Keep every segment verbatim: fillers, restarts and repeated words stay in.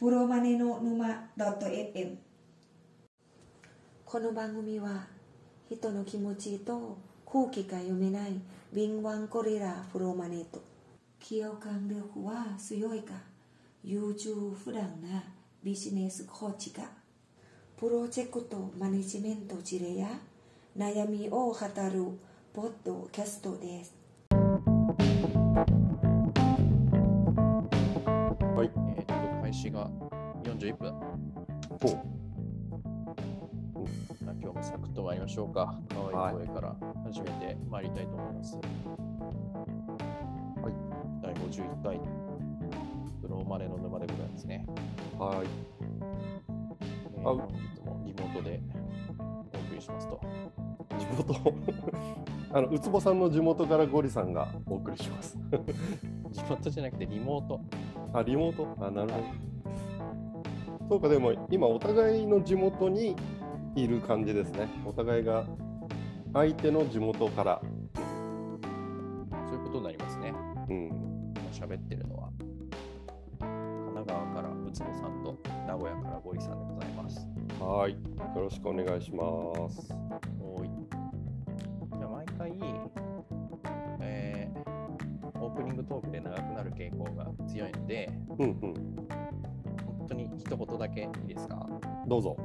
プロマネの沼 .fm。 この番組は人の気持ちと空気が読めない敏腕ゴリラプロマネと共感力は強いか優柔不断なビジネスコーチがプロジェクトマネジメント事例や悩みを語るポッドキャストです。 はい、えー、と開始がよんじゅういっぷん。ほう。うん、今日もサクッと参りましょうか。かわいい声から始めて参りたいと思います。はい。だいごじゅういっかい、プロマネの沼でございますね。はい。えー、本日もリモートでお送りしますと。 地元あの、うつぼさんの地元からゴリさんがお送りします。 地元じゃなくてリモート。 あ、リモート？あ、なるほど。そうか、でも今お互いの地元にいる感じですね。お互いが相手の地元から。 そういうことになりますね。うん。喋ってるのは神奈川からうつぼさんと名古屋からゴリさんでございます。 はい。よろしくお願いします。 おい。じゃあ毎回、えー、オープニングトークで長くなる傾向が強いので、うんうん、本当に一言だけいいですか？ どうぞ。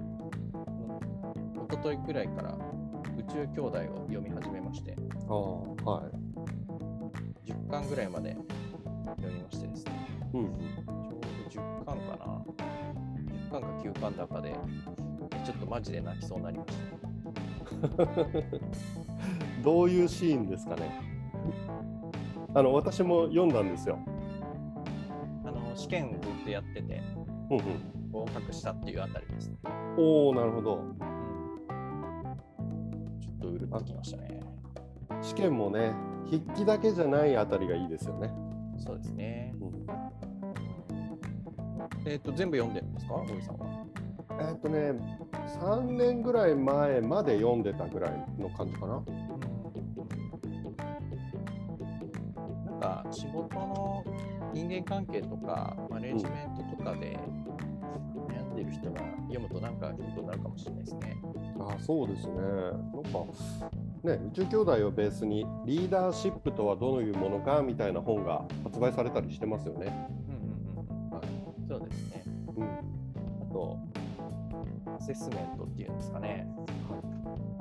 一昨日くらいから宇宙兄弟を読み始めまして、あ、はい、じゅっかんぐらいまで読みましてですね、うんうん、ちょうどじゅっかんかな、じゅっかんかきゅうかんだかでちょっとマジで泣きそうになりました。 どういうシーンですかね？あの私も読んだんですよ。 あの試験をずっとやってて、うんうん、合格したっていうあたりですね。 おお、なるほど、うん。 ちょっとうるっときましたね。 試験もね、筆記だけじゃないあたりがいいですよね。 そうですね。うん、えっと全部読んでるんですか、ゴリさんは？ えっとね、さんねんぐらい前まで読んでたぐらいの感じかな。 なんか仕事の人間関係とかマネジメントとかで悩んでる人が読むとなんかヒントになるかもしれないですね。 ああ、そうですね。なんかね、宇宙兄弟をベースにリーダーシップとはどういうものかみたいな本が発売されたりしてますよね。 うんうんうん。はい、そうですね。うん。あとアセスメントっていうんですかね。はい、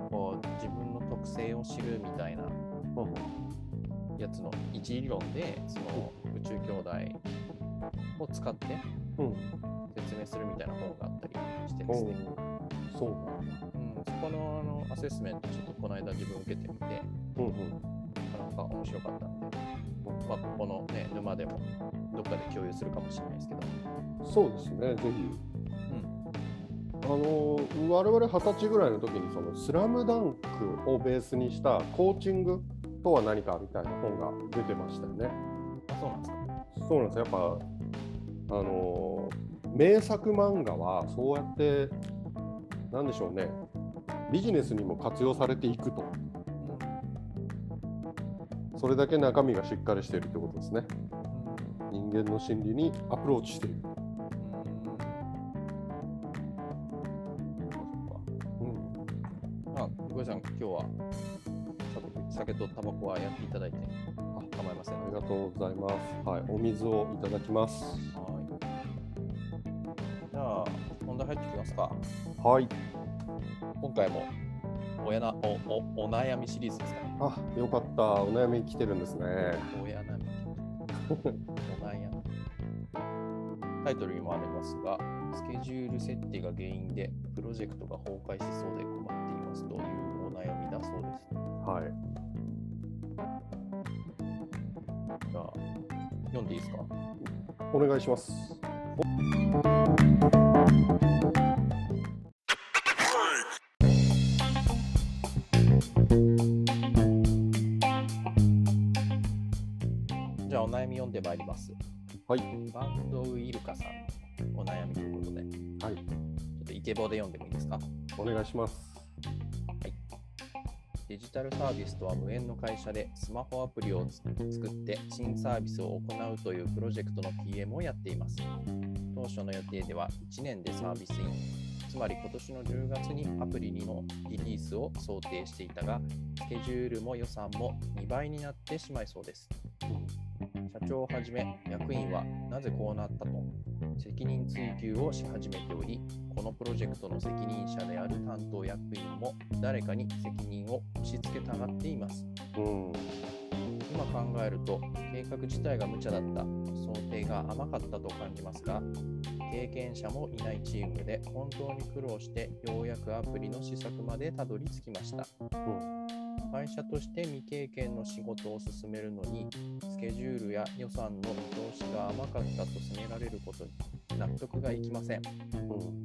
こう自分の特性を知るみたいな。うんやつの一理論でその宇宙兄弟を使って説明するみたいな本があったりしてですね、うん、そうなんだ、うん、そこの、あのアセスメントちょっとこの間自分受けてみて、うんうん、なかなか面白かったんで、まあ、ここの、ね、沼でもどっかで共有するかもしれないですけど。 そうですね、ぜひ、うん、あの我々はたちぐらいの時にそのスラムダンクをベースにしたコーチングとは何かみたいな本が出てましたよね。 あ、そうなんですか。 そうなんです。やっぱあの名作漫画はそうやってなんでしょうね、ビジネスにも活用されていくと、うん、それだけ中身がしっかりしているということですね、うん、人間の心理にアプローチしている、 うんうん、あ、ごめんなさい、今日は酒とタバコはやっていただいてあ構いません。 ありがとうございます。はい、お水をいただきます。はい。 じゃあ本題入ってきますか。 はい。 今回もおやなおおお悩みシリーズですかね。 あ、よかった。お悩み来てるんですね。 おやなみ。お悩み。タイトルにもありますが、スケジュール設定が原因でプロジェクトが崩壊しそうで困っていますというお悩みだそうです。はい。じゃあ読んでいいですか？ お願いします。 じゃあお悩み読んでまいります。はい。バンドウイルカさんのお悩みということで、はい。ちょっとイケボで読んでもいいですか？ お願いします。 デジタルサービスとは無縁の会社でスマホアプリを作って新サービスを行うというプロジェクトの ピーエム をやっています。 当初の予定ではいちねんでサービスイン、つまり今年のじゅうがつにアプリにのリリースを想定していたが、スケジュールも予算もにばいになってしまいそうです。社長をはじめ役員はなぜこうなったと責任追及をし始めており、このプロジェクトの責任者である担当役員も誰かに責任を押し付けたがっています。 うん、 今考えると計画自体が無茶だった、想定が甘かったと感じますが、経験者もいないチームで本当に苦労してようやくアプリの試作までたどり着きました。うん会社として未経験の仕事を進めるのに、スケジュールや予算の見通しが甘かったと責められることに納得がいきません。うん、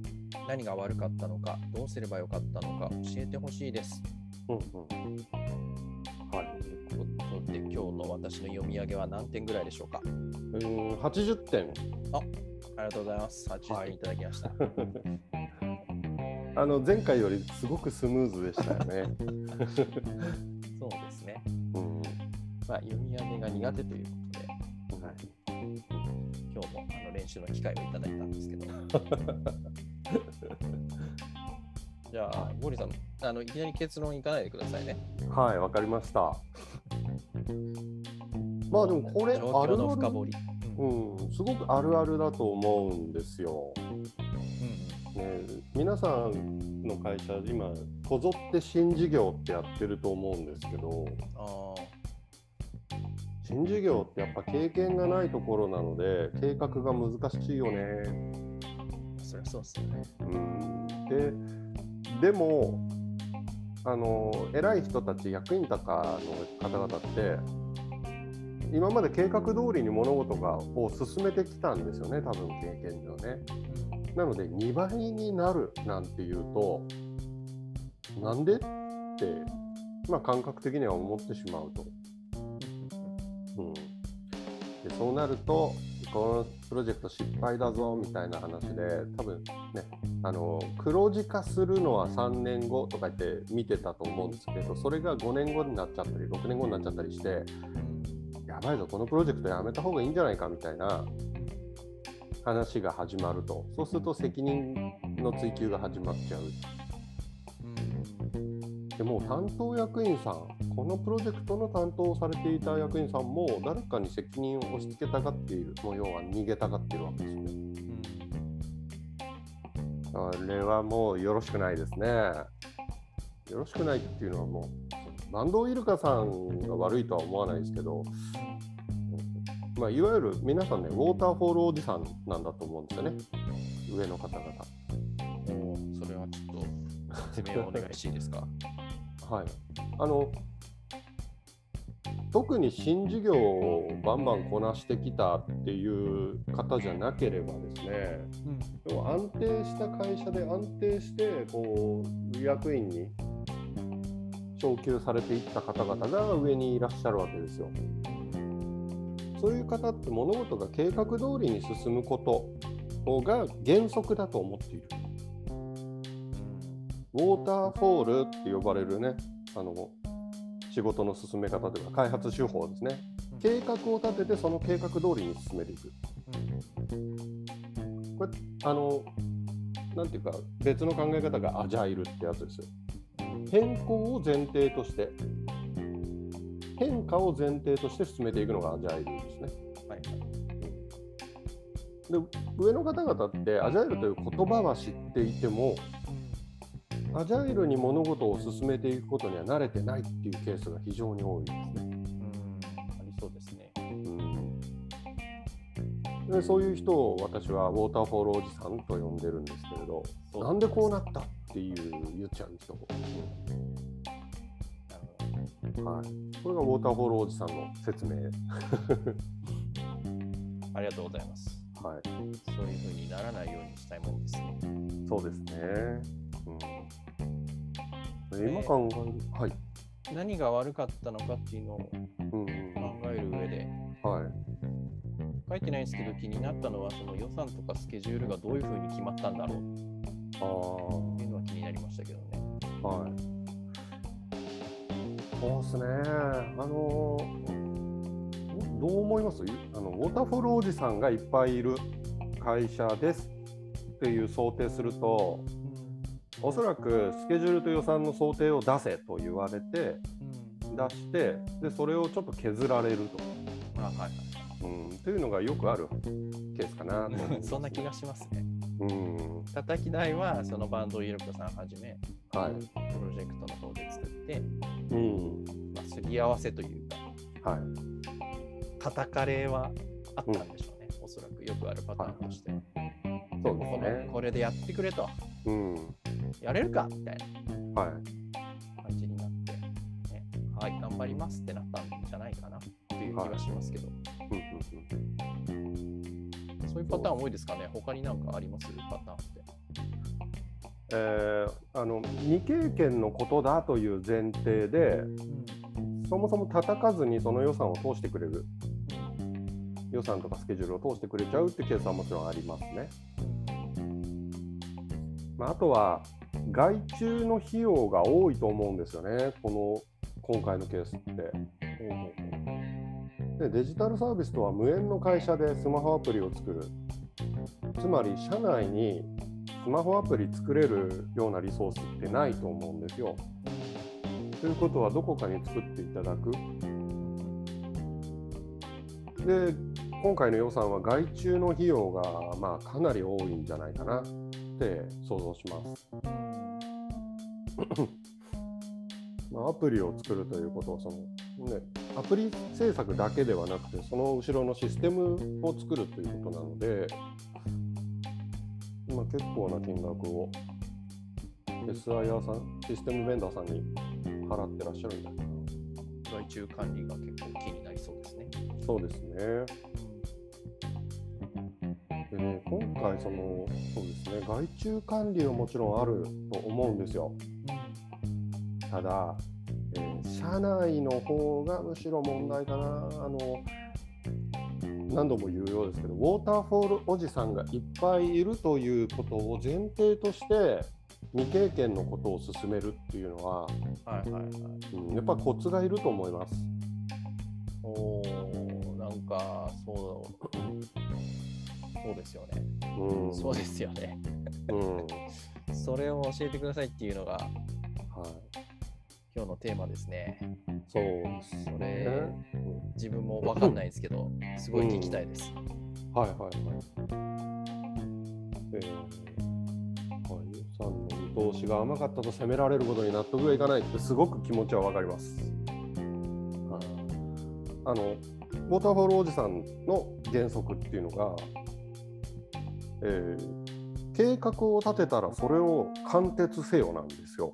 何が悪かったのか、どうすればよかったのか教えてほしいです。 うんうんはい、ということで今日の私の読み上げは何点ぐらいでしょうか？ うーん、はちじゅってん。 あ、ありがとうございます。はちじゅってんいただきました。はいあの前回よりすごくスムーズでしたよね。 そうですね。 うん、 まあ、読み上げが苦手ということで、はい、今日もあの練習の機会をいただいたんですけど。じゃあ、ゴリさん、あのいきなり結論いかないでくださいね。 はい、わかりました。まあでもこれあるある、うん、すごくあるあるだと思うんですよ。ね、皆さんの会社今こぞって新事業ってやってると思うんですけど、あ新事業ってやっぱ経験がないところなので計画が難しいよね。 そりゃそうですよね。 うん、ででもあの偉い人たち役員とかの方々って今まで計画通りに物事がを進めてきたんですよね、多分経験上ね。なのでにばいになるなんていうとなんでって、まあ、感覚的には思ってしまうと、うん、でそうなるとこのプロジェクト失敗だぞみたいな話で多分ねあの黒字化するのはさんねんごとか言って見てたと思うんですけど、それがごねんごになっちゃったりろくねんごになっちゃったりしてやばいぞこのプロジェクトやめた方がいいんじゃないかみたいな話が始まると、そうすると責任の追及が始まっちゃう。でも担当役員さん、このプロジェクトの担当をされていた役員さんも誰かに責任を押し付けたがっている、もう要は逃げたがっているわけですよね。あれはもうよろしくないですね。よろしくないっていうのはもう坂東イルカさんが悪いとは思わないですけど、まあ、いわゆる皆さんね、ウォーターフォールおじさんなんだと思うんですよね、上の方々。 おそれはちょっと説明をお願いしていいですか？ はい、あの特に新事業をバンバンこなしてきたっていう方じゃなければですね、うん、安定した会社で安定してこう役員に昇給されていった方々が上にいらっしゃるわけですよ。そういう方って物事が計画通りに進むことが原則だと思っている。ウォーターフォールって呼ばれるね、あの仕事の進め方というか開発手法ですね。計画を立ててその計画通りに進めていく。これあのなんていうか別の考え方がアジャイルってやつですよ。変更を前提として変化を前提として進めていくのがアジャイルですね。はい、で上の方々ってアジャイルという言葉は知っていても、アジャイルに物事を進めていくことには慣れてないっていうケースが非常に多いですね。 うんありそうですね。 うんでそういう人を私はウォーターフォールおじさんと呼んでるんですけれど、なんでこうなったっていう言っちゃうんですよ。はい、これがウォーターフォールおじさんの説明。 ありがとうございます。 はい、 そういう風にならないようにしたいもんですね。 そうですね。うん、今考える、はい、 何が悪かったのかっていうのを考える上で、 うんはい、 書いてないんですけど気になったのはその予算とかスケジュールがどういう風に決まったんだろうっていうのは気になりましたけどね。 はい。そうですね。あのどう思います？あのウォーターフォールおじさんがいっぱいいる会社ですっていう想定すると、おそらくスケジュールと予算の想定を出せと言われて、 うん、 出してでそれをちょっと削られると、 あ、はいはい、 うん、というのがよくあるケースかなと思うそんな気がしますね。 うん、 叩き台はそのバンドイルコさんはじめ、 はい、 プロジェクトの方で作って、 うんまあ、すり合わせというか、 はい、 叩かれはあったんでしょうね、うん、おそらくよくあるパターンとして。はい、 そうですね、 これでやってくれと、 うん、 やれるかみたいな、 はい、 感じになって、ね、はい、頑張りますってなったんじゃないかなという気がしますけど、はい、うんうんうん、そういうパターン多いですかね。他に何かありますパターンって。 えー、あの未経験のことだという前提で、うん、そもそも叩かずにその予算を通してくれる、予算とかスケジュールを通してくれちゃうってケースはもちろんありますね。まあ、あとは外注の費用が多いと思うんですよね、この今回のケースって。でデジタルサービスとは無縁の会社でスマホアプリを作る、つまり社内にスマホアプリ作れるようなリソースってないと思うんですよ。ということはどこかに作っていただく。で今回の予算は外注の費用がまあかなり多いんじゃないかなって想像します。まあアプリを作るということはその、ね、アプリ制作だけではなくてその後ろのシステムを作るということなので、まあ、結構な金額を エスアイアール さん、システムベンダーさんに払ってらっしゃるんだけど、 外注管理が結構気になりそうですね。 そうですね。でね、今回そのそうですね、外注管理はもちろんあると思うんですよ。ただ、えー、社内の方がむしろ問題かな。あの何度も言うようですけど、ウォーターフォールおじさんがいっぱいいるということを前提として未経験のことを進めるっていうのは、はいはいはい、うん、やっぱコツがいると思います。 おー、なんかそう、そうですよね。うん、そうですよね。うん、それを教えてくださいっていうのが、はい、今日のテーマですね。 そうですね。 それ、うん、自分も分かんないですけど、すごい聞きたいです。 うん、はいはいはい。えー、はい、予算の見通しが甘かったと責められることに納得がいかないってすごく気持ちは分かります。はい、あのウォーターフォールおじさんの原則っていうのが、えー、計画を立てたらそれを貫徹せよなんですよ。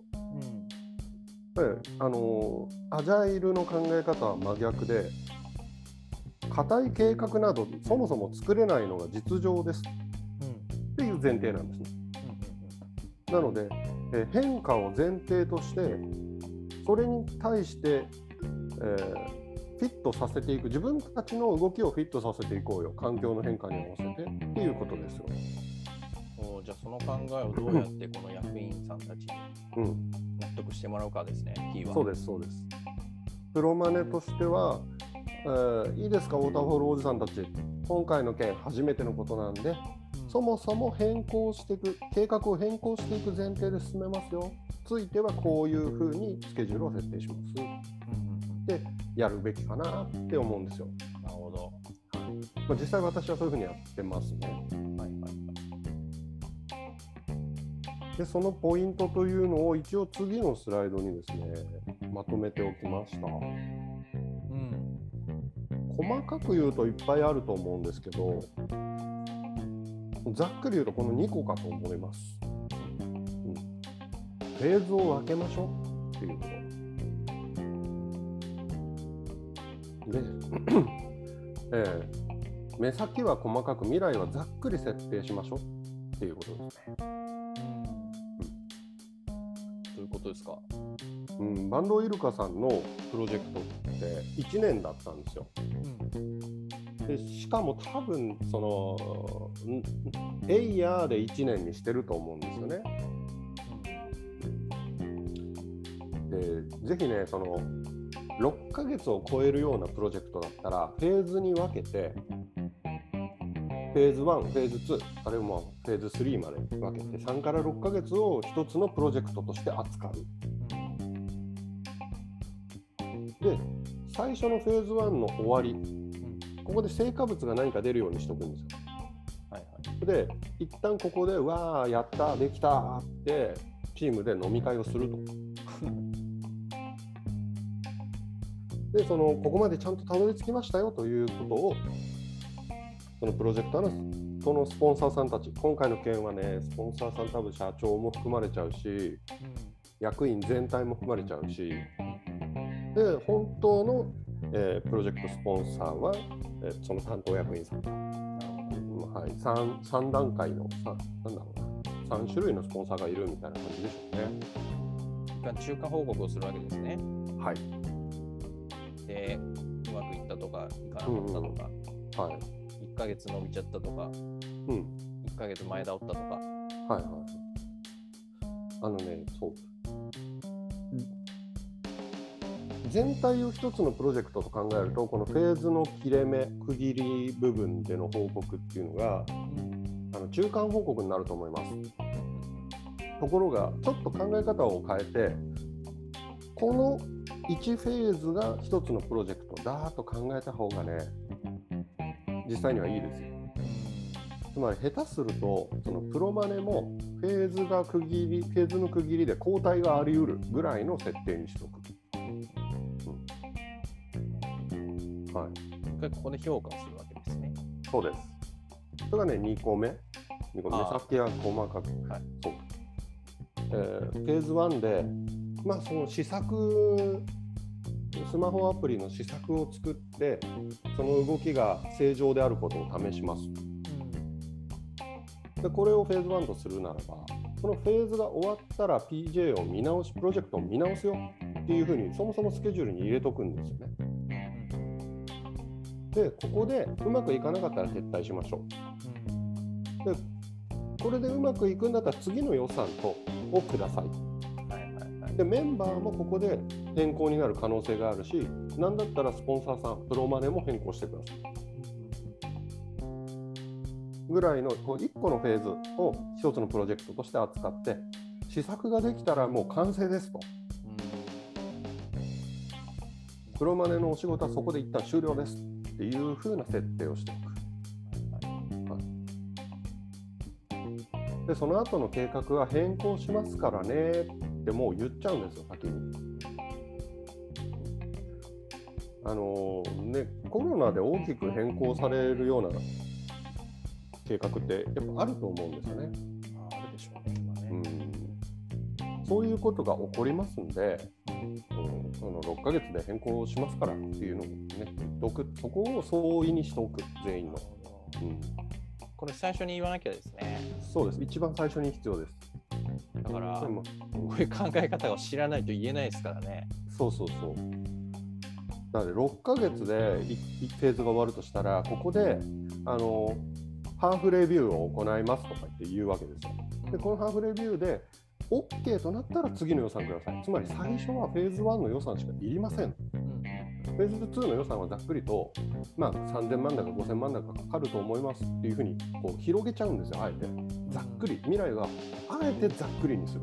あのアジャイルの考え方は真逆で、固い計画などそもそも作れないのが実情です、うん、っていう前提なんですね、うんうんうん、なのでえ変化を前提としてそれに対して、えー、フィットさせていく、自分たちの動きをフィットさせていこうよ、環境の変化に合わせてっていうことですよ。 お、じゃあその考えをどうやってこの役員さんたちに、うん納得してもらうかですね、キーは。 そうです、そうです。プロマネとしては、えー、いいですか、ウォーターフォールおじさんたち、今回の件、初めてのことなんで、うん、そもそも変更していく、計画を変更していく前提で進めますよ。ついてはこういうふうにスケジュールを設定します。うん、で、やるべきかなって思うんですよ。 なるほど。 はい、まあ、実際私はそういうふうにやってますね。はいはいはい。でそのポイントというのを一応次のスライドにですねまとめておきました、うん、細かく言うといっぱいあると思うんですけど、ざっくり言うとこのにこかと思います、うん、フェーズを分けましょうっていうことで、えー、目先は細かく未来はざっくり設定しましょうっていうことですね。 ことですか、 うん、バンドイルカさんのプロジェクトっていちねんだったんですよ、うん、でしかも多分そのエイヤーでいちねんにしてると思うんですよね、うん、でぜひねそのろっかげつを超えるようなプロジェクトだったらフェーズに分けてフェフェーズワン、フェーズツー、あるいはもうフェーズスリーまで分けてさんからろっかげつを一つのプロジェクトとして扱う。で、最初のフェーズワンの終わり、ここで成果物が何か出るようにしておくんですよ。 はいはい、 で、一旦ここでわーやったできたってチームで飲み会をすると。で、そのここまでちゃんとたどり着きましたよということをそのプロジェクターのそのスポンサーさんたち、今回の件はね、スポンサーさん多分社長も含まれちゃうし、うん、役員全体も含まれちゃうし、で本当の、えー、プロジェクトスポンサーは、えー、その担当役員さん、はい、3, 3段階のさなんだろうなさん種類のスポンサーがいるみたいな感じでしょうね。 中間報告をするわけですね。 はい。 で、うまくいったとかいかなかったとか、うんうん、はい、いっかげつ伸びちゃったとか、うん、いっかげつ前倒ったとか。はいはい。 あのね、そう。全体を一つのプロジェクトと考えると、このフェーズの切れ目、区切り部分での報告っていうのが、あの中間報告になると思います。ところが、ちょっと考え方を変えて、このいちフェーズが一つのプロジェクトだと考えた方がね、実際にはいいですよ。つまり下手すると、そのプロマネもフェーズが区切り、フェーズの区切りで交代があり得るぐらいの設定にしておく。はい、 一回ここで評価をするわけですね。 そうです。それがね、にこめ。にこめ、さっきは細かく。はい、そう。えー、フェーズワンで、まあ、その試作、スマホアプリの試作を作って、その動きが正常であることを試します。うん、でこれをフェーズワンとするならば、そのフェーズが終わったら ピージェー を見直し、プロジェクトを見直すよっていうふうに、そもそもスケジュールに入れとくんですよね。で、ここでうまくいかなかったら撤退しましょう。で、これでうまくいくんだったら次の予算とをください。はいはいはい、で、メンバーもここで変更になる可能性があるし、なんだったらスポンサーさん、プロマネも変更してください。ぐらいのこういっこのフェーズを一つのプロジェクトとして扱って、試作ができたらもう完成ですと。プロマネのお仕事はそこで一旦終了ですっていう風な設定をしておく。はい、で、その後の計画は変更しますからねってもう言っちゃうんですよ、先に。あのー、ね、コロナで大きく変更されるような計画ってやっぱあると思うんですよね。 あ、あるでしょうね、今ね。 うん、そういうことが起こりますんで、そのろっかげつで変更しますからっていうのをね、言っとく、そこを相違にしておく、全員の。うん、 これ最初に言わなきゃですね。 そうです、一番最初に必要です。 だから、こういう考え方を知らないと言えないですからね。 そうそうそう。なので、ろっかげつでいちフェーズが終わるとしたら、ここで、あの、ハーフレビューを行いますとか言って言うわけですよ。で、このハーフレビューで、OK となったら次の予算ください。つまり最初はフェーズワンの予算しかいりません。うん、フェーズツーの予算はざっくりと、まあ、さんぜんまんだかごせんまんだかかかると思いますっていうふうにこう広げちゃうんですよ、あえて。ざっくり、未来があえてざっくりにする。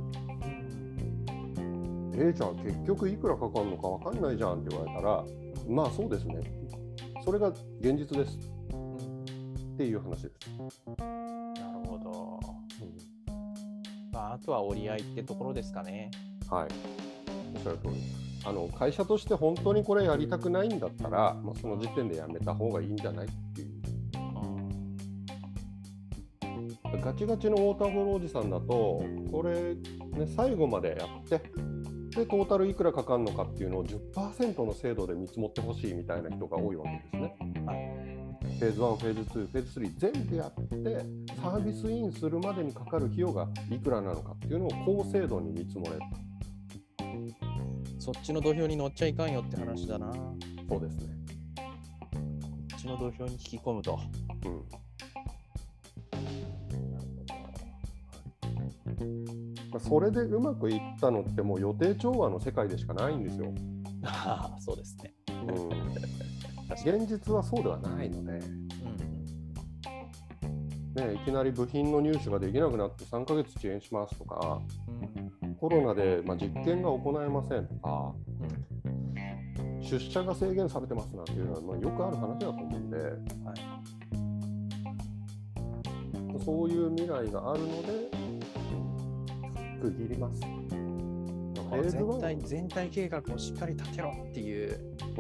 えー、じゃあ結局いくらかかるのか分かんないじゃんって言われたら、まあそうですね。それが現実です。っていう話です。 なるほど。まあ、あとは折り合いってところですかね。 はい。おっしゃる通り。あの会社として本当にこれやりたくないんだったら、まあ、その時点でやめた方がいいんじゃないっていう。ガチガチのウォーターフォールおじさんだと、これ、ね、最後までやって、で、トータルいくらかかるのかっていうのを じゅっパーセント の精度で見積もってほしいみたいな人が多いわけですね。はい、フェーズワン、フェーズツー、フェーズスリー全部やってサービスインするまでにかかる費用がいくらなのかっていうのを高精度に見積もれる。 そっちの土俵に乗っちゃいかんよって話だな。 そうですね。 こっちの土俵に引き込むと。うん。 それでうまくいったのってもう予定調和の世界でしかないんですよ。 ああ、そうですね。 うん、現実はそうではないので、 ね、いきなり部品の入手ができなくなってさんかげつ遅延しますとか、 うん、 コロナで、まあ、実験が行えませんとか、 うん、 出社が制限されてますなんていうのは、まあ、よくある話だと思うんで、 はい、 そういう未来があるので、区切ります。 まあ全体全体計画をしっかり立てろっていう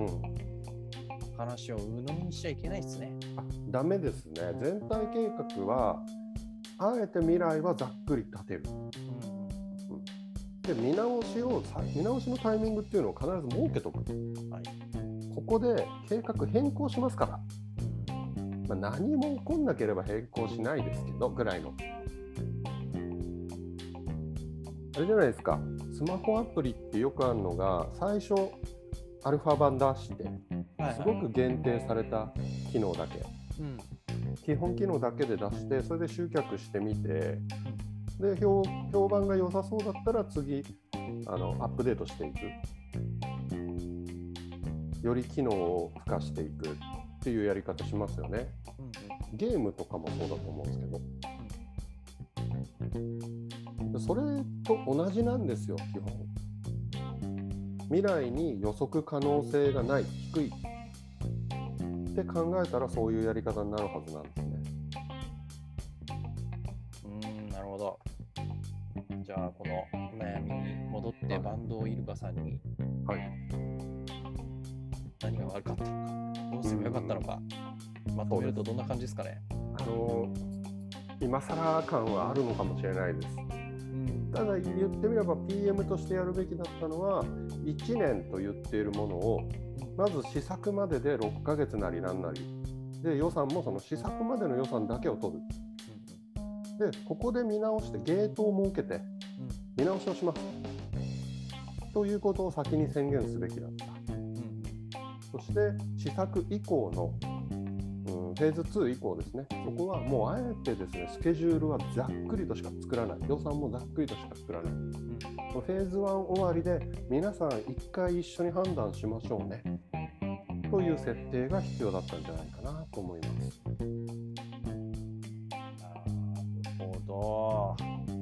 話を鵜呑みにしちゃいけないですね。 あ、ダメですね。全体計画はあえて未来はざっくり立てる。うん、で見直しを見直しのタイミングっていうのを必ず設けとく。はい、ここで計画変更しますから。まあ、何も起こんなければ変更しないですけどぐらいの。あれじゃないですか。スマホアプリってよくあるのが、最初アルファ版出してすごく限定された機能だけ、うん、基本機能だけで出して、それで集客してみて、で 評, 評判が良さそうだったら次あのアップデートしていく、より機能を付加していくっていうやり方しますよね。ゲームとかもそうだと思うんですけど、それと同じなんですよ、基本。未来に予測可能性がない、低いって考えたらそういうやり方になるはずなんですね。 うーん、なるほど。じゃあこの悩みに戻ってバンドイルカさんに、はい、何が悪かったのか、どうすればよかったのか、まとめるとどんな感じですかね。 あの今更感はあるのかもしれないです。ただ言ってみれば ピーエム としてやるべきだったのはいちねんと言っているものをまず試作まででろっかげつなりなんなりで、予算もその試作までの予算だけを取る。でここで見直してゲートを設けて見直しをしますということを先に宣言すべきだった。そして試作以降のフェーズツー以降ですね、そこはもうあえてですね、スケジュールはざっくりとしか作らない、予算もざっくりとしか作らない、うん、フェーズワン終わりで皆さん一回一緒に判断しましょうねという設定が必要だったんじゃないかなと思います。 なるほど。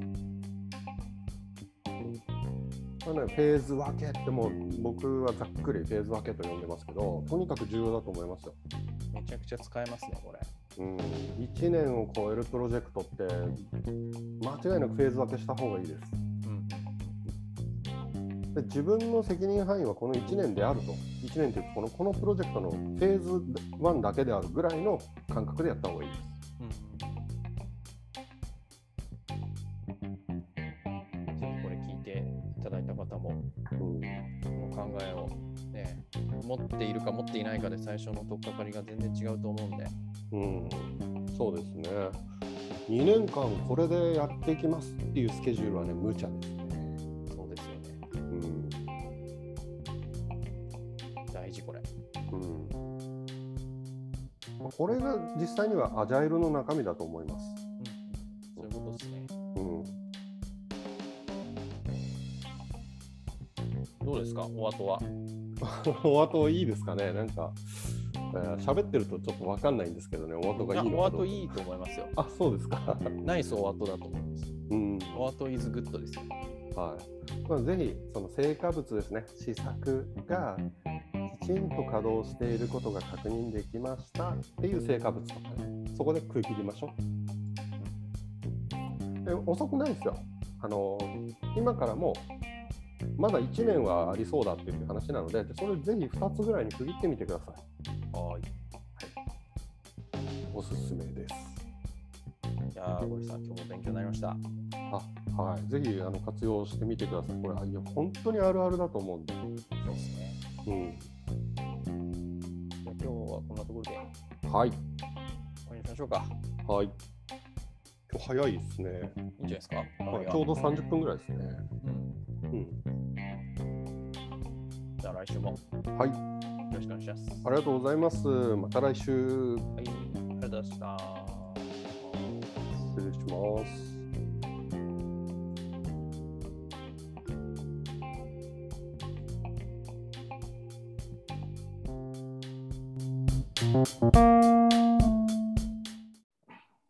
まあね、フェーズ分けってもう僕はざっくりフェーズ分けと呼んでますけど、とにかく重要だと思いますよ。 めちゃくちゃ使えますね、これ。 うん、いちねんを超えるプロジェクトって間違いなくフェーズ分けした方がいいです。うん、で自分の責任範囲はこのいちねんであると、いちねんというこのこのプロジェクトのフェーズワンだけであるぐらいの感覚でやった方がいいです。 うん、ぜひこれ聞いていただいた方も、うん、この考えをね、持っているか持っていないかで最初の取っかかりが全然違うと思うんで、 うん、そうですね。にねんかんこれでやっていきますっていうスケジュールはね、無茶ですね。 そうですよね。 うん、 大事これ。 うん、これが実際にはアジャイルの中身だと思います。 うん、そういうことですね。 うん、 どうですか、お後は。 お後いいですかね。なんか喋、えー、ってるとちょっと分かんないんですけどね、お後がいいのかどうか。 お後いいと思いますよ。 あ、そうですか。 ナイスお後だと思います。うん、お後イズグッドですよ。 はい。まあ、ぜひその成果物ですね、試作がきちんと稼働していることが確認できましたっていう成果物とかね、そこで区切りましょう。で遅くないですよ。あの今からもまだいちねんはありそうだっていう話なので、それぜひふたつぐらいに区切ってみてください。 はい。はい、 おすすめです。 いやー、ゴリさん、今日も勉強になりました。 あ、はい。ぜひあの活用してみてください。これ、いや本当にあるあるだと思うんで。 そうですね。 うん。 じゃあ今日はこんなところで。 はい。 終わりにしましょうか。 はい。今日早いですね。 いいんじゃないですか。 まあ、ちょうどさんじゅっぷんぐらいですね。 うん。うん。じゃあ来週も。 はい。 よろしくお願いします。 ありがとうございます。また来週。 はい。ありがとうございました。 失礼します。 今日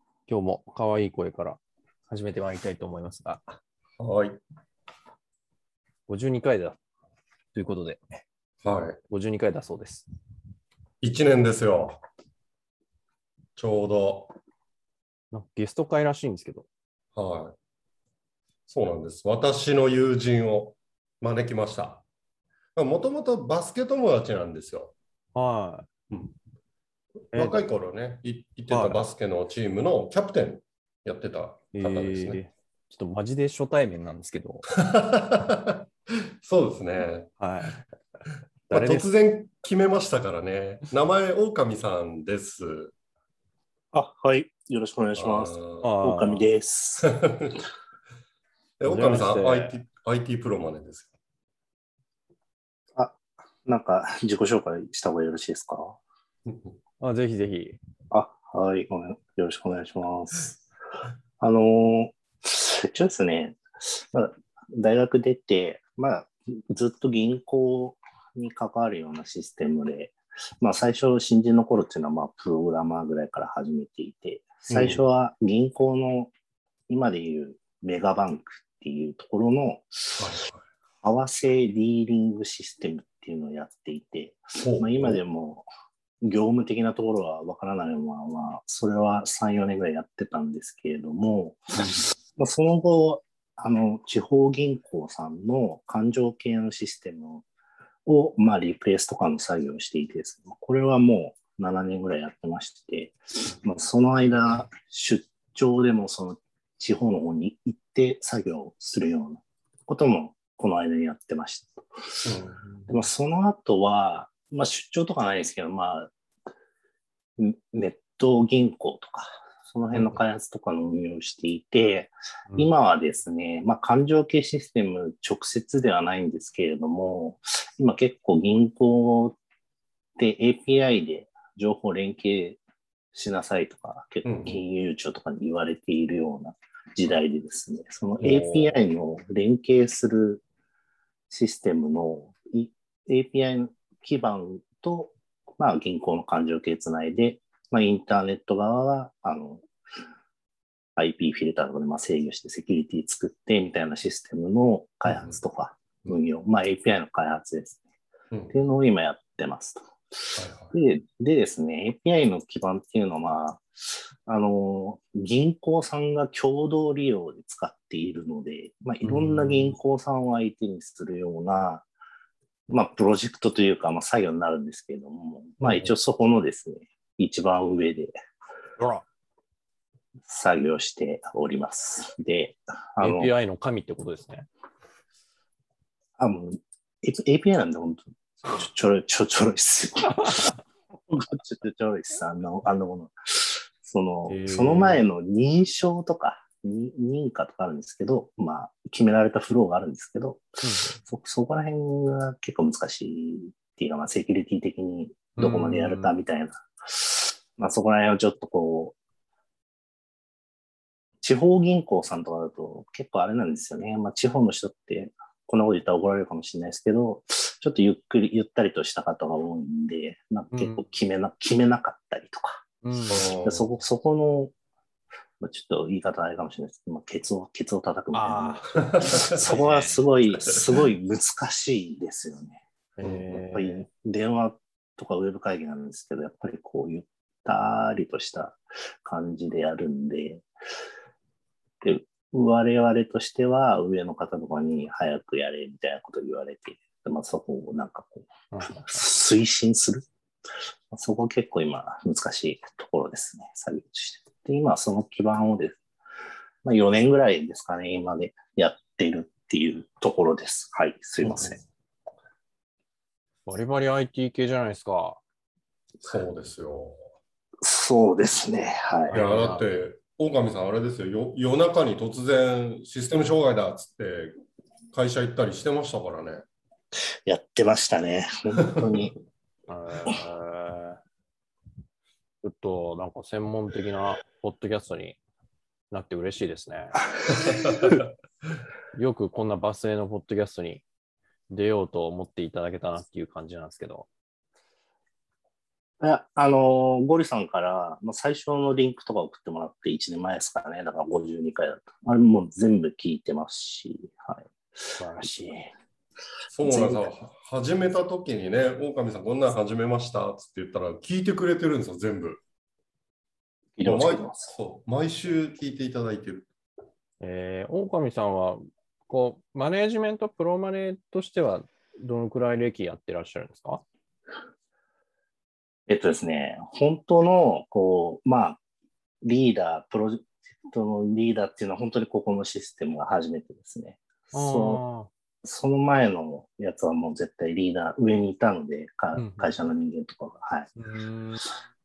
日も可愛い声から始めてまいりたいと思いますが、 はい。 ごじゅうにかいだということで、 はごじゅうにかいだそうです。 い。いちねんですよ。ちょうど。 なんかゲスト会らしいんですけど。 はい。そうなんです。私の友人を招きました。もともとバスケ友達なんですよ。 はい。 うん若い頃ね、い行ってたバスケのチームのキャプテンやってた方ですね。 えー、ちょっとマジで初対面なんですけど。 そうですね。 はい。 まあ、 誰です突然決めましたからね。名前、狼さんです。 あ、はい。よろしくお願いします。狼です。 え、狼さん、アイティー、アイティー プロマネですよ。あ、なんか自己紹介した方がよろしいですか？ あ、ぜひぜひ。 あ、はい。ごめん。よろしくお願いします。あのー、一応ですね、まあ、大学出て、まあ、ずっと銀行に関わるようなシステムで、まあ、最初、新人の頃っていうのは、まあ、プログラマーぐらいから始めていて、最初は銀行の、今でいうメガバンクっていうところの、為替ディーリングシステムっていうのをやっていて、まあ、今でも、業務的なところはわからないまま、まあ、それはさん、よねんぐらいやってたんですけれども、まあ、その後、あの、地方銀行さんの勘定系のシステムを、まあ、リプレイスとかの作業をしていてですね、これはもうななねんぐらいやってまして、まあ、その間、出張でもその地方の方に行って作業をするようなことも、この間にやってました。うんでまあ、その後は、まあ、出張とかないですけど、まあ、ネット銀行とか、その辺の開発とかの運用をしていて、うん、今はですね、まあ、勘定系システム直接ではないんですけれども、今結構銀行で エーピーアイ で情報連携しなさいとか、結構金融庁とかに言われているような時代でですね、その エーピーアイ の連携するシステムの エーピーアイ 基盤と、まあ、銀行の勘定系つないで、まあ、インターネット側はあの アイピー フィルターとかでまあ制御してセキュリティ作ってみたいなシステムの開発とか運用、うん、まあ エーピーアイ の開発ですね、うん、っていうのを今やってますと。はいはい、で, でですね、エーピーアイ の基盤っていうのは、あの、銀行さんが共同利用で使っているので、まあ、いろんな銀行さんを相手にするような、まあ、プロジェクトというか、まあ、作業になるんですけれども、まあ、一応そこのですね、一番上で作業しております。で、 あの エーピーアイ の神ってことですね。 あの エーピーアイ なんで本当にちょろい、ちょちょろいっすよ。ちょっとちょろいっす、あの、あのもの。その、その前の認証とか、認可とかあるんですけど、まあ、決められたフローがあるんですけど、うん、そ, そこら辺が結構難しいっていうか、まあ、セキュリティ的にどこまでやるかみたいな、まあ、そこら辺をちょっとこう、地方銀行さんとかだと結構あれなんですよね。まあ、地方の人って、こんなこと言ったら怒られるかもしれないですけど、ちょっとゆっくり、ゆったりとした方が多いんで、なんか結構決めな、うん、決めなかったりとか、うん、そこ、そこの、まあ、ちょっと言い方あれかもしれないですけど、まあ、ケツを、ケツを叩くみたいな。そこはすごい、すごい難しいですよね。やっぱり電話とかウェブ会議なんですけど、やっぱりこうゆったりとした感じでやるんで、で我々としては上の方とかに早くやれみたいなことを言われて、まあ、そこをなんかこう推進する。そこ結構今難しいところですね、作業として。で、今その基盤をです、まあ、よねんぐらいですかね、今でやってるっていうところです。はい、すいません。 バリバリ アイティー 系じゃないですか。 そうですよ。 そうですね、はい。 いや、だって、狼さんあれですよ、よ夜中に突然システム障害だっつって会社行ったりしてましたからね。 やってましたね、本当に。 えー、ちょっとなんか専門的なポッドキャストになって嬉しいですね。よくこんなバスへのポッドキャストに出ようと思っていただけたなっていう感じなんですけど。 いや、あのーゴリさんから、まあ、最初のリンクとか送ってもらっていちねんまえですからね。だからごじゅうにかいだった。あれもう全部聞いてますし、はい。 素晴らしい。 そうなんですよ。始めた時にね、狼さんこんなん始めましたっつって言ったら聞いてくれてるんですよ、全部。 聞いてます、聞い毎てます。 そう毎週聞いていただいてる。 えー、狼さんは、こう、マネージメント、プロマネとしては、どのくらい歴やってらっしゃるんですか？ えっとですね、本当の、こう、まあ、リーダー、プロジェクトのリーダーっていうのは本当にここのシステムが初めてですね。そう、その前のやつはもう絶対リーダー上にいたので、かうんうん会社の人間とかが、はい。 うーん。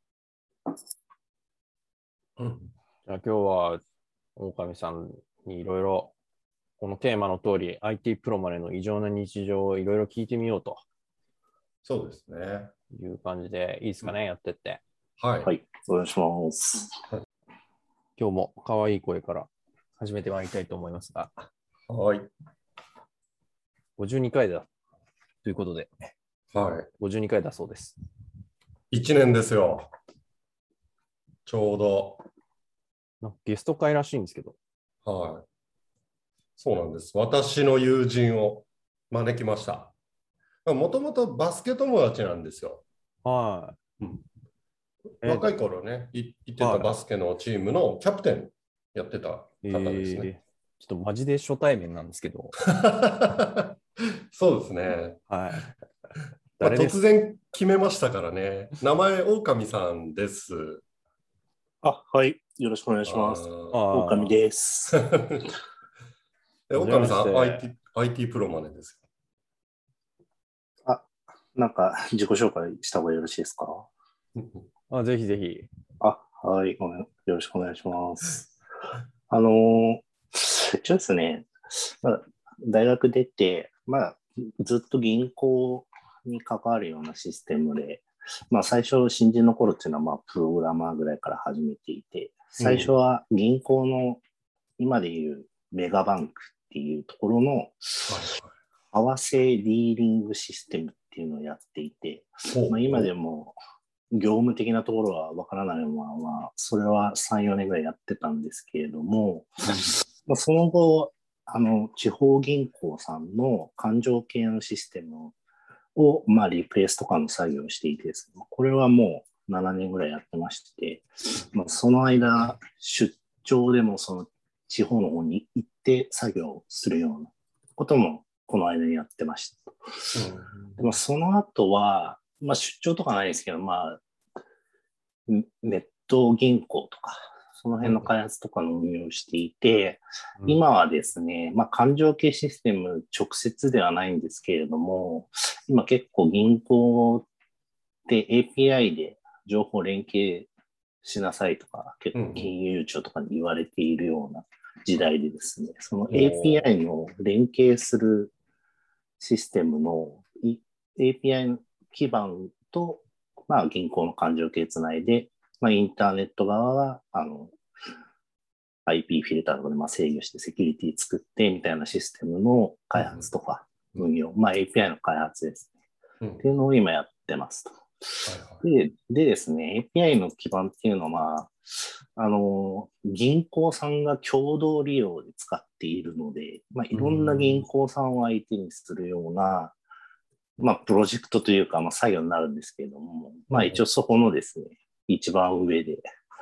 うんじゃあ今日は、狼さんにいろいろ、このテーマの通り、アイティー プロマネの異常な日常をいろいろ聞いてみようとそうですね。 いう感じでいいですかね、やってって。 はい。 はい、お願いします。 今日も可愛い声から始めてまいりたいと思いますが、 はい。 ごじゅうにかいだということで、 はごじゅうにかいだそうです。 い。いちねんですよ。ちょうど。 なんかゲスト会らしいんですけど。 はい。そうなんです。私の友人を招きました。もともとバスケ友達なんですよ。 はうんい。 若い頃ね、い行ってたバスケのチームのキャプテンやってた方ですね。 えーちょっとマジで初対面なんですけど。 そうですね。 はい。 まあ、 誰です突然決めましたからね。名前、狼さんです。 あ、はい。よろしくお願いします。 あ狼です。 えはじめまして狼さん、アイティー、アイティー プロマネですあ、なんか自己紹介した方がよろしいですか？ よ。 あ、ぜひぜひ。 あ、はい。ごめん。よろしくお願いします。あのー、一応ですね、まあ、大学出て、まあ、ずっと銀行に関わるようなシステムで、まあ、最初、新人の頃っていうのは、まあ、プログラマーぐらいから始めていて、最初は銀行の、今でいうメガバンクっていうところの、為替ディーリングシステムっていうのをやっていて、まあ、今でも業務的なところはわからないまま、まあ、それはさん、よねんぐらいやってたんですけれども、まあ、その後、あの、地方銀行さんの勘定系のシステムを、まあ、リプレイスとかの作業をしていてですね、これはもうななねんぐらいやってまして、まあ、その間、出張でもその地方の方に行って作業をするようなこともこの間にやってました。うん、でもその後は、まあ、出張とかないですけど、まあ、ネット銀行とか、その辺の開発とかの運用をしていて、うん、今はですね、まあ、勘定系システム直接ではないんですけれども、今結構銀行で エーピーアイ で情報連携しなさいとか、結構金融庁とかに言われているような時代でですね、その エーピーアイ の連携するシステムの エーピーアイ 基盤と、まあ、銀行の勘定系つないで、まあ、インターネット側はあの アイピー フィルターとかでまあ制御してセキュリティ作ってみたいなシステムの開発とか運用、まあ、エーピーアイ の開発ですね、うん、っていうのを今やってますと。はいはい、で, でですね、エーピーアイ の基盤っていうのは、まあ、あの銀行さんが共同利用で使っているので、まあ、いろんな銀行さんを相手にするような、まあ、プロジェクトというか、まあ、作業になるんですけれども、まあ、一応そこのですね、一番上で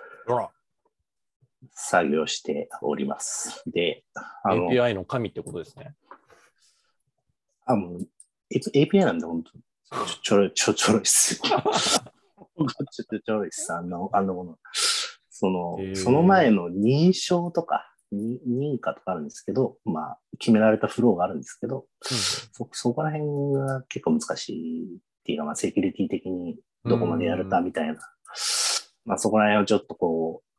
作業しております。で、 あの エーピーアイ の神ってことですね。 あ、もう エーピーアイ なんで本当ちょろい、ちょちょろいっすよ。ちょっとちょろいっす、あの、あのもの。その、その前の認証とか、認可とかあるんですけど、まあ、決められたフローがあるんですけど、うん、そ, そこら辺が結構難しいっていうか、まあ、セキュリティ的にどこまでやるかみたいな、まあ、そこら辺をちょっとこう、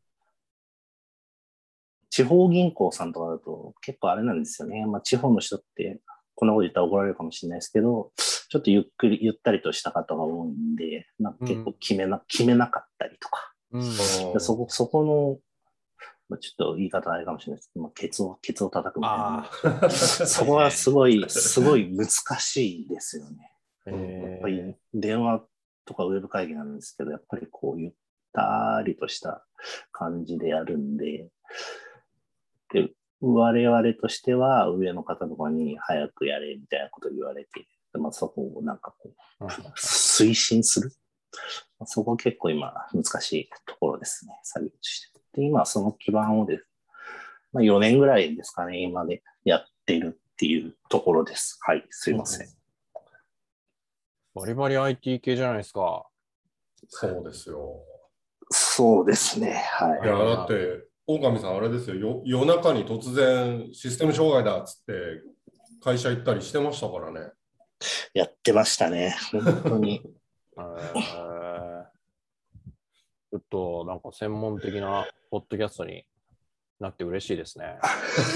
地方銀行さんとかだと結構あれなんですよね。まあ、地方の人ってこんなこと言ったら怒られるかもしれないですけど、ちょっとゆっくり、ゆったりとした方が多いんで、まあ、結構決めな、うん、決めなかったりとか、うん、そこ、そこの、まあ、ちょっと言い方あれかもしれないですけど、まあ、ケツを、ケツを叩くみたいな。そこはすごい、すごい難しいですよね。やっぱり電話とかウェブ会議なんですけど、やっぱりこうゆったりとした感じでやるんで、で我々としては上の方とかに早くやれみたいなことを言われて、まあ、そこをなんかこう推進する。そこ結構今難しいところですね、作業として。で、今その基盤をです、まあ、よねんぐらいですかね、今でやっているっていうところです。はい、すいません。 バリバリ アイティー 系じゃないですか。 そうですよ。 そうですね、はい。 いや、だって、狼さんあれですよ、よ夜中に突然システム障害だっつって会社行ったりしてましたからね。 やってましたね、本当に。 えー、ちょっとなんか専門的なポッドキャストになって嬉しいですね。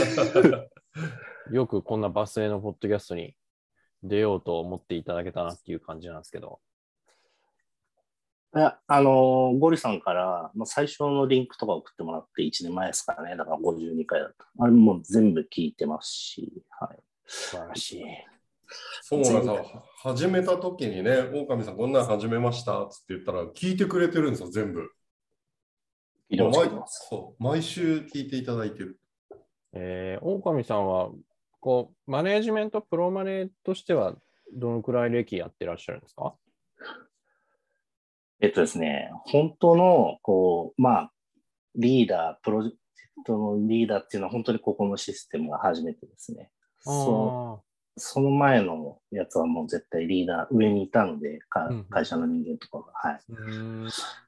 よくこんなバスへのポッドキャストに出ようと思っていただけたなっていう感じなんですけど。 いや、あのー、ゴリさんから、まあ、最初のリンクとか送ってもらっていちねんまえですからね。だからごじゅうにかいだった。あれもう全部聞いてますし、はい。 素晴らしい。 そうなんですよ。始めた時にね、狼さんこんなん始めましたっつって言ったら聞いてくれてるんですよ、全部。 聞いてます、聞いてます。 そう毎週聞いていただいてる。 えー、狼さんはこうマネージメントプロマネとしてはどのくらい歴やってらっしゃるんですか？ えっとですね、本当の、こう、まあ、リーダー、プロジェクトのリーダーっていうのは本当にここのシステムが初めてですね。そう、その前のやつはもう絶対リーダー上にいたので、かうんうん、 会社の人間とかが、はい。 うーん、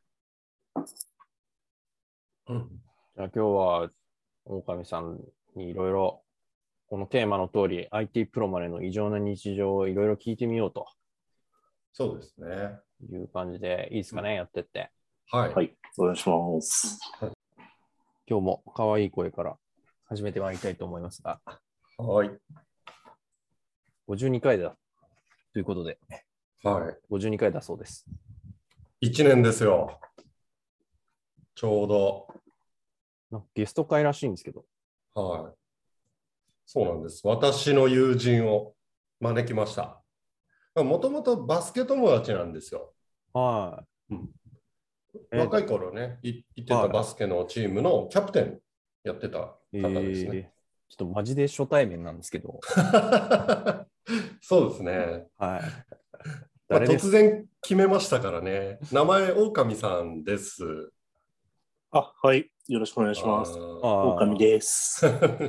うん、 じゃあ今日は狼さんにいろいろこのテーマの通り アイティー プロマネの異常な日常をいろいろ聞いてみようとそうですね。 いう感じでいいですかね、うん、やってって。 はい。 はい、お願いします。 今日も可愛い声から始めてまいりたいと思いますが。 はい。 ごじゅうにかいだということで。 はい。 ごじゅうにかいだそうです。 いちねんですよ。ちょうど。 なんかゲスト会らしいんですけど。 はい。そうなんです。私の友人を招きました。もともとバスケ友達なんですよ。 はい。 うん若い頃ね、い行ってたバスケのチームのキャプテンやってた方ですね。 えー、ちょっとマジで初対面なんですけど。 そうですね。 はい。 まあ、突然決めましたからね。名前、狼さんです。 あ、はい。よろしくお願いします。狼です。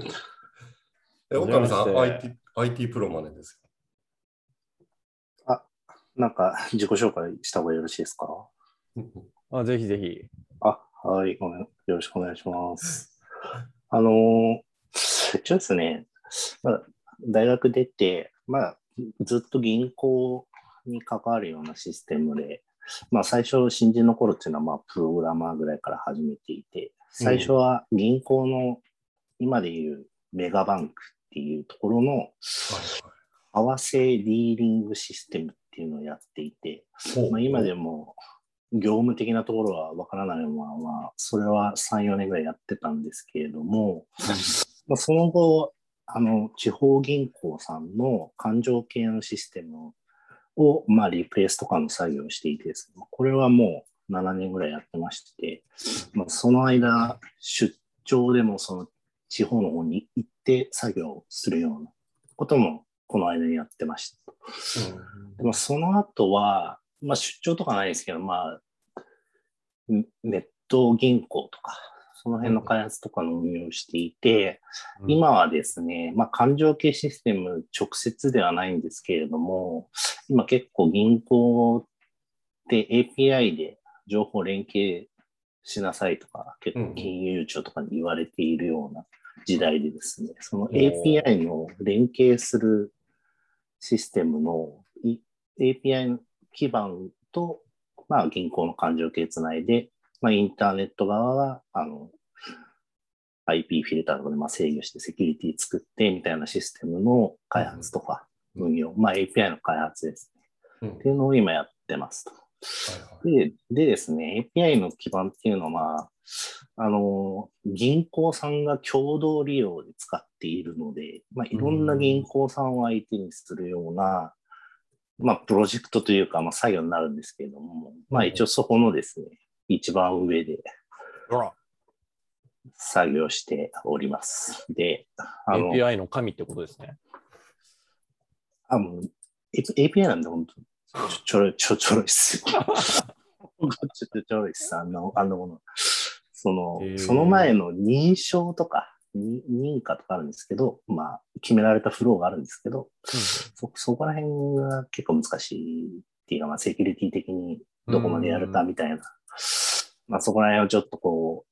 狼さん、アイティー、アイティー プロマネですよ。あ、なんか自己紹介した方がよろしいですか？ あ、ぜひぜひ。 あ、はい。ごめん。よろしくお願いします。あのー、一応ですね、まあ、大学出て、まあ、ずっと銀行に関わるようなシステムで、まあ、最初、新人の頃っていうのは、まあ、プログラマーぐらいから始めていて、最初は銀行の、今でいうメガバンクっていうところの、為替ディーリングシステムっていうのをやっていて、まあ、今でも、業務的なところはわからないまま、まあ、それはさん、よねんぐらいやってたんですけれども、まあ、その後、あの、地方銀行さんの勘定系のシステムを、まあ、リプレイスとかの作業をしていてですね、これはもうななねんぐらいやってまして、まあ、その間、出張でもその地方の方に行って作業をするようなことも、この間にやってました。うん、でもその後は、まあ、出張とかないですけど、まあ、ネット銀行とか、その辺の開発とかの運用をしていて、うん、今はですね、まあ、勘定系システム直接ではないんですけれども、今結構銀行で エーピーアイ で情報連携しなさいとか、結構金融庁とかに言われているような時代でですね、その エーピーアイ の連携するシステムの エーピーアイ 基盤と、まあ、銀行の勘定系つないで、まあ、インターネット側はあの アイピー フィルターとかでまあ制御してセキュリティ作ってみたいなシステムの開発とか運用、うん、まあ エーピーアイ の開発ですね、うん、っていうのを今やってますと。はいはい、で, でですね、エーピーアイ の基盤っていうのは、あの、銀行さんが共同利用で使っているので、まあ、いろんな銀行さんを相手にするような、 まあ、プロジェクトというか、まあ、作業になるんですけれども、まあ、一応そこのですね、一番上であら、 作業しております。で、あの、 エーピーアイ の神ってことですね。 あの エーピーアイ なんで本当にちょろい、ちょちょろいっすよ。ちょっとちょろいっす、あの、あのもの。その、その前の認証とか、認可とかあるんですけど、まあ、決められたフローがあるんですけど、うん、そ、そこら辺が結構難しいっていうか、まあ、セキュリティ的にどこまでやるかみたいな、まあ、そこら辺をちょっとこう、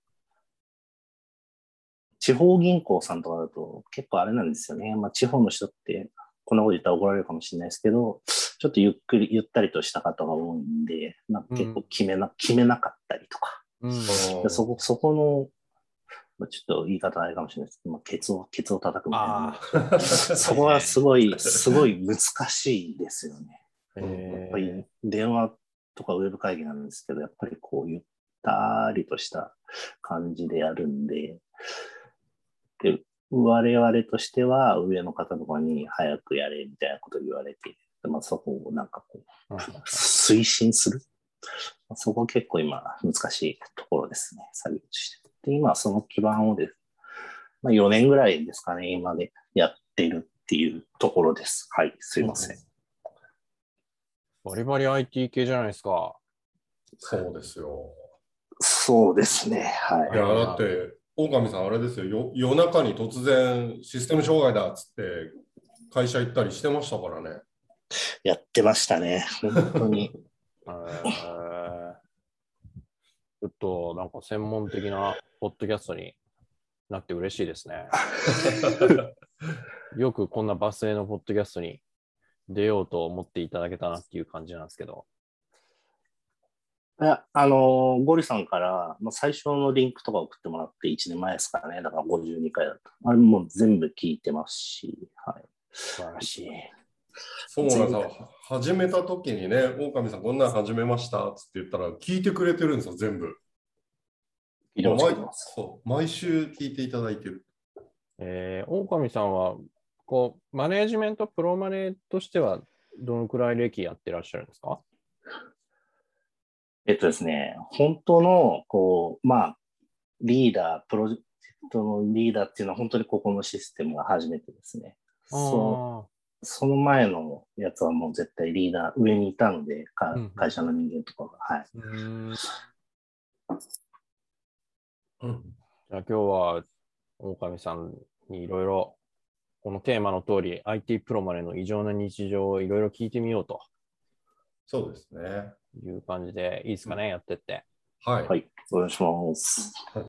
地方銀行さんとかだと結構あれなんですよね。まあ、地方の人って、こんなこと言ったら怒られるかもしれないですけど、ちょっとゆっくり、ゆったりとした方が多いんで、まあ、結構決めな、うん、決めなかったりとか、うん、そこ、そこの、ちょっと言い方あれかもしれないですけど、まあ、ケツを、ケツを叩くみたいな。そこはすごい、すごい難しいですよね。やっぱり電話とかウェブ会議なんですけど、やっぱりこうゆったりとした感じでやるんで、で我々としては上の方とかに早くやれみたいなことを言われて、まあ、そこをなんかこう、推進する。そこ結構今難しいところですね、作業として。で、今その基盤をです、まあ、よねんぐらいですかね、今でやっているっていうところです。はい、すいません。 バリバリ アイティー 系じゃないですか。 そうですよ。 そうですね、はい。 いや、だって、狼さんあれですよ、よ夜中に突然システム障害だっつって会社行ったりしてましたからね。 やってましたね、本当に。 えーちょっとなんか専門的なポッドキャストになって嬉しいですね。よくこんなバスへのポッドキャストに出ようと思っていただけたなっていう感じなんですけど。 いや、あのー、ゴリさんから、まあ、最初のリンクとか送ってもらっていちねんまえですからね。だからごじゅうにかいだった。あれもう全部聞いてますし、はい。 素晴らしい。 そうなんですよ。始めた時にね、狼さんこんなん始めましたっつって言ったら聞いてくれてるんですよ、全部。毎, そう毎週聞いていただいてる。 えー、狼さんはこうマネージメント、プロマネとしてはどのくらい歴やってらっしゃるんですか？ えっとですね、本当の、こう、まあ、リーダー、プロジェクトのリーダーっていうのは本当にここのシステムが初めてですね。そ, その前のやつはもう絶対リーダー上にいたので、か会社の人間とかが、はい。うんうん、じゃあ今日は狼さんにいろいろこのテーマの通り アイティー プロまでの異常な日常をいろいろ聞いてみようと。 そうですね。 いう感じでいいですかね、うん、やってって。 はい。 はい。お願いします。